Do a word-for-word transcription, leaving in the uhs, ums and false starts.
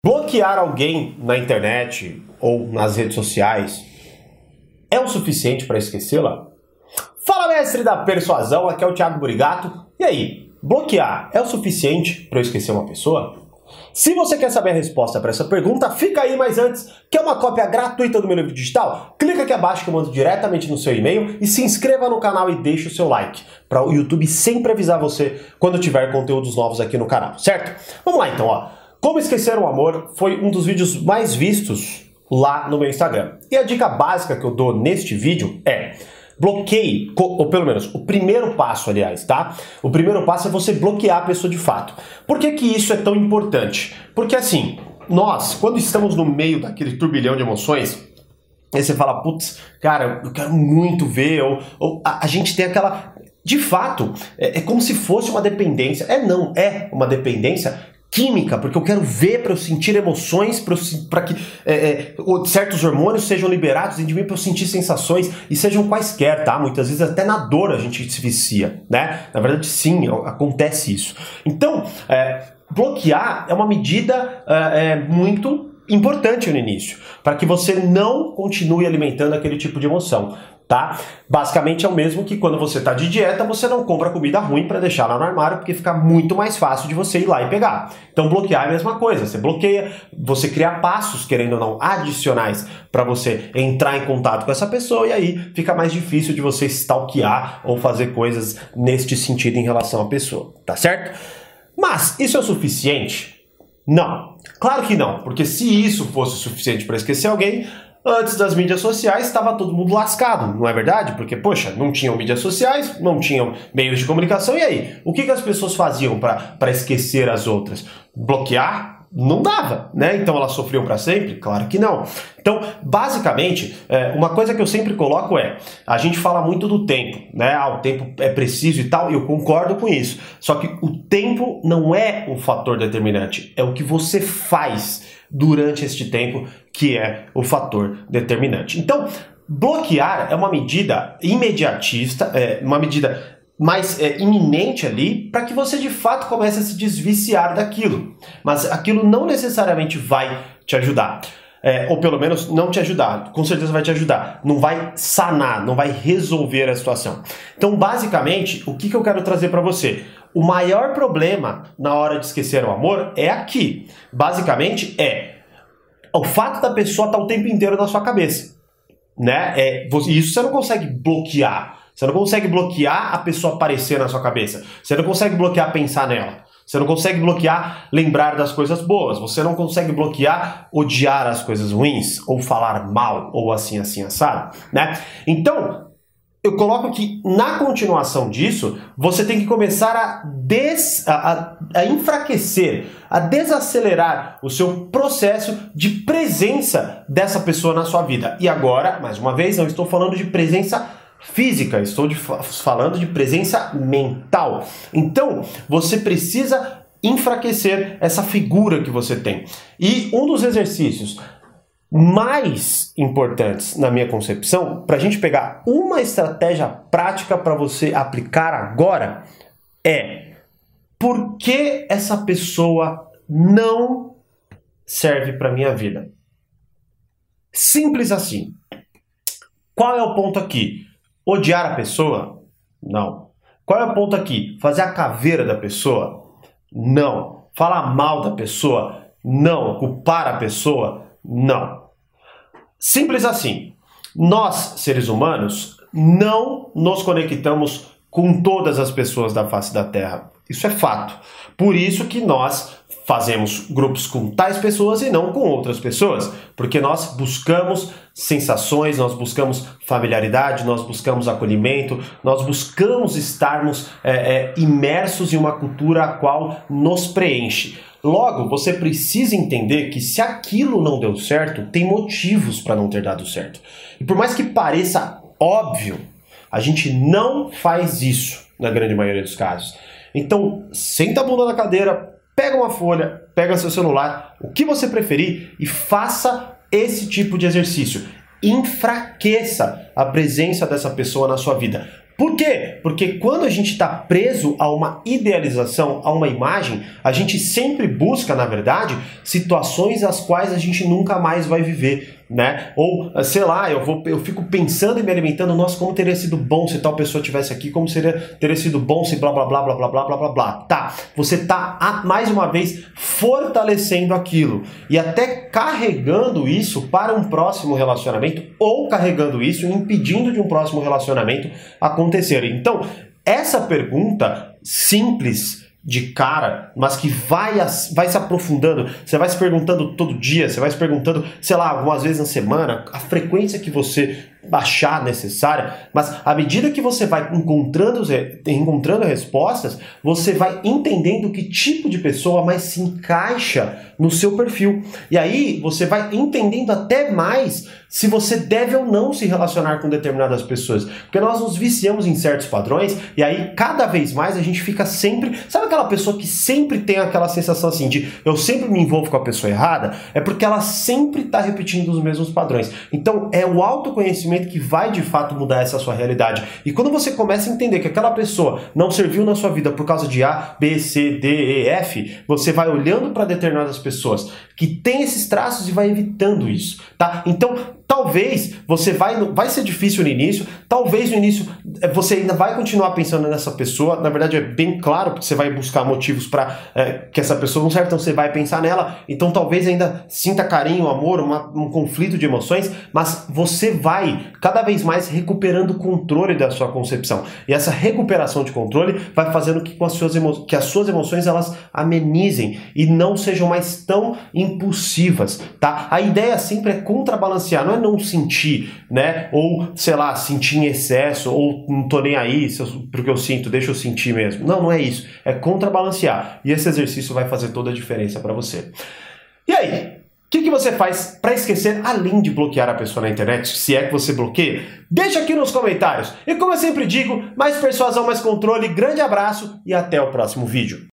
Bloquear alguém na internet ou nas redes sociais é o suficiente para esquecê-la? Fala, mestre da persuasão, aqui é o Thiago Burigato. E aí, bloquear é o suficiente para eu esquecer uma pessoa? Se você quer saber a resposta para essa pergunta, fica aí, mas antes, quer uma cópia gratuita do meu livro digital? Clica aqui abaixo que eu mando diretamente no seu e-mail e se inscreva no canal e deixe o seu like, para o YouTube sempre avisar você quando tiver conteúdos novos aqui no canal, certo? Vamos lá então, ó. Como esquecer um amor foi um dos vídeos mais vistos lá no meu Instagram. E a dica básica que eu dou neste vídeo é: bloqueie, ou pelo menos o primeiro passo, aliás, tá? O primeiro passo é você bloquear a pessoa de fato. Por que que isso é tão importante? Porque assim, nós, quando estamos no meio daquele turbilhão de emoções, aí você fala, putz, cara, eu quero muito ver, ou, ou a, a gente tem aquela... De fato, é, é como se fosse uma dependência. É não, é uma dependência química, porque eu quero ver para eu sentir emoções, para que é, é, certos hormônios sejam liberados em mim, para eu sentir sensações, e sejam quaisquer, tá? Muitas vezes até na dor a gente se vicia, né? Na verdade, sim, acontece isso. Então, é, bloquear é uma medida é, é, muito importante no início, para que você não continue alimentando aquele tipo de emoção. Tá? Basicamente é o mesmo que quando você está de dieta, você não compra comida ruim para deixar lá no armário, porque fica muito mais fácil de você ir lá e pegar. Então bloquear é a mesma coisa, você bloqueia, você cria passos, querendo ou não, adicionais para você entrar em contato com essa pessoa, e aí fica mais difícil de você stalkear ou fazer coisas neste sentido em relação à pessoa, tá certo? Mas isso é o suficiente? Não, claro que não, porque se isso fosse o suficiente para esquecer alguém, antes das mídias sociais, estava todo mundo lascado, não é verdade? Porque, poxa, não tinham mídias sociais, não tinham meios de comunicação, e aí? O que, que as pessoas faziam para esquecer as outras? Bloquear? Não dava, né? Então elas sofriam para sempre? Claro que não. Então, basicamente, uma coisa que eu sempre coloco é, a gente fala muito do tempo, né? Ah, o tempo é preciso e tal, e eu concordo com isso. Só que o tempo não é um fator determinante, é o que você faz durante este tempo que é o fator determinante. Então, bloquear é uma medida imediatista, é uma medida mais é, iminente ali, para que você de fato comece a se desviciar daquilo. Mas aquilo não necessariamente vai te ajudar. É, ou pelo menos não te ajudar, com certeza vai te ajudar, não vai sanar, não vai resolver a situação. Então, basicamente, o que, que eu quero trazer para você? O maior problema na hora de esquecer o amor é aqui. Basicamente é o fato da pessoa estar o tempo inteiro na sua cabeça, né? É, isso você não consegue bloquear. Você não consegue bloquear a pessoa aparecer na sua cabeça. Você não consegue bloquear pensar nela. Você não consegue bloquear lembrar das coisas boas. Você não consegue bloquear odiar as coisas ruins, ou falar mal, ou assim, assim, assado, né? Então, eu coloco que na continuação disso, você tem que começar a, des, a, a, a enfraquecer, a desacelerar o seu processo de presença dessa pessoa na sua vida. E agora, mais uma vez, não estou falando de presença física, estou de, falando de presença mental. Então, você precisa enfraquecer essa figura que você tem. E um dos exercícios mais importantes na minha concepção, para a gente pegar uma estratégia prática para você aplicar agora, é: por que essa pessoa não serve para minha vida? Simples assim. Qual é o ponto aqui? Odiar a pessoa? Não. Qual é o ponto aqui? Fazer a caveira da pessoa? Não. Falar mal da pessoa? Não. Culpar a pessoa? Não. Simples assim. Nós, seres humanos, não nos conectamos com todas as pessoas da face da Terra. Isso é fato. Por isso que nós fazemos grupos com tais pessoas e não com outras pessoas, porque nós buscamos sensações, nós buscamos familiaridade, nós buscamos acolhimento, nós buscamos estarmos é, é, imersos em uma cultura a qual nos preenche. Logo, você precisa entender que se aquilo não deu certo, tem motivos para não ter dado certo. E por mais que pareça óbvio, a gente não faz isso na grande maioria dos casos. Então, senta a bunda na cadeira, pega uma folha, pega seu celular, o que você preferir, e faça esse tipo de exercício. Enfraqueça a presença dessa pessoa na sua vida. Por quê? Porque quando a gente está preso a uma idealização, a uma imagem, a gente sempre busca, na verdade, situações as quais a gente nunca mais vai viver, né? Ou, sei lá, eu, vou, eu fico pensando e me alimentando, nossa, como teria sido bom se tal pessoa tivesse aqui, como seria, teria sido bom se blá blá blá blá blá blá blá blá blá. Tá, você tá, mais uma vez, fortalecendo aquilo e até carregando isso para um próximo relacionamento ou carregando isso e impedindo de um próximo relacionamento acontecer. Então, essa pergunta simples de cara, mas que vai, vai se aprofundando, você vai se perguntando todo dia, você vai se perguntando, sei lá, algumas vezes na semana, a frequência que você achar necessária, mas à medida que você vai encontrando, encontrando respostas, você vai entendendo que tipo de pessoa mais se encaixa no seu perfil. E aí você vai entendendo até mais se você deve ou não se relacionar com determinadas pessoas. Porque nós nos viciamos em certos padrões e aí cada vez mais a gente fica sempre... Sabe aquela pessoa que sempre tem aquela sensação assim de eu sempre me envolvo com a pessoa errada? É porque ela sempre está repetindo os mesmos padrões. Então é o autoconhecimento que vai de fato mudar essa sua realidade. E quando você começa a entender que aquela pessoa não serviu na sua vida por causa de A, B, C, D, E, F, você vai olhando para determinadas pessoas que têm esses traços e vai evitando isso, tá? Então, talvez você vai, vai ser difícil no início, talvez no início você ainda vai continuar pensando nessa pessoa, na verdade é bem claro porque você vai buscar motivos para é, que essa pessoa não serve, então você vai pensar nela, então talvez ainda sinta carinho, amor, uma, um conflito de emoções, mas você vai cada vez mais recuperando o controle da sua concepção, e essa recuperação de controle vai fazendo que, com as, suas emo- que as suas emoções elas amenizem e não sejam mais tão impulsivas, tá? A ideia sempre é contrabalancear, não é não sentir, né? Ou, sei lá, sentir em excesso, ou não tô nem aí porque eu sinto, deixa eu sentir mesmo. Não, não é isso. É contrabalancear. E esse exercício vai fazer toda a diferença para você. E aí? O que, que você faz para esquecer, além de bloquear a pessoa na internet, se é que você bloqueia? Deixa aqui nos comentários. E como eu sempre digo, mais persuasão, mais controle. Grande abraço e até o próximo vídeo.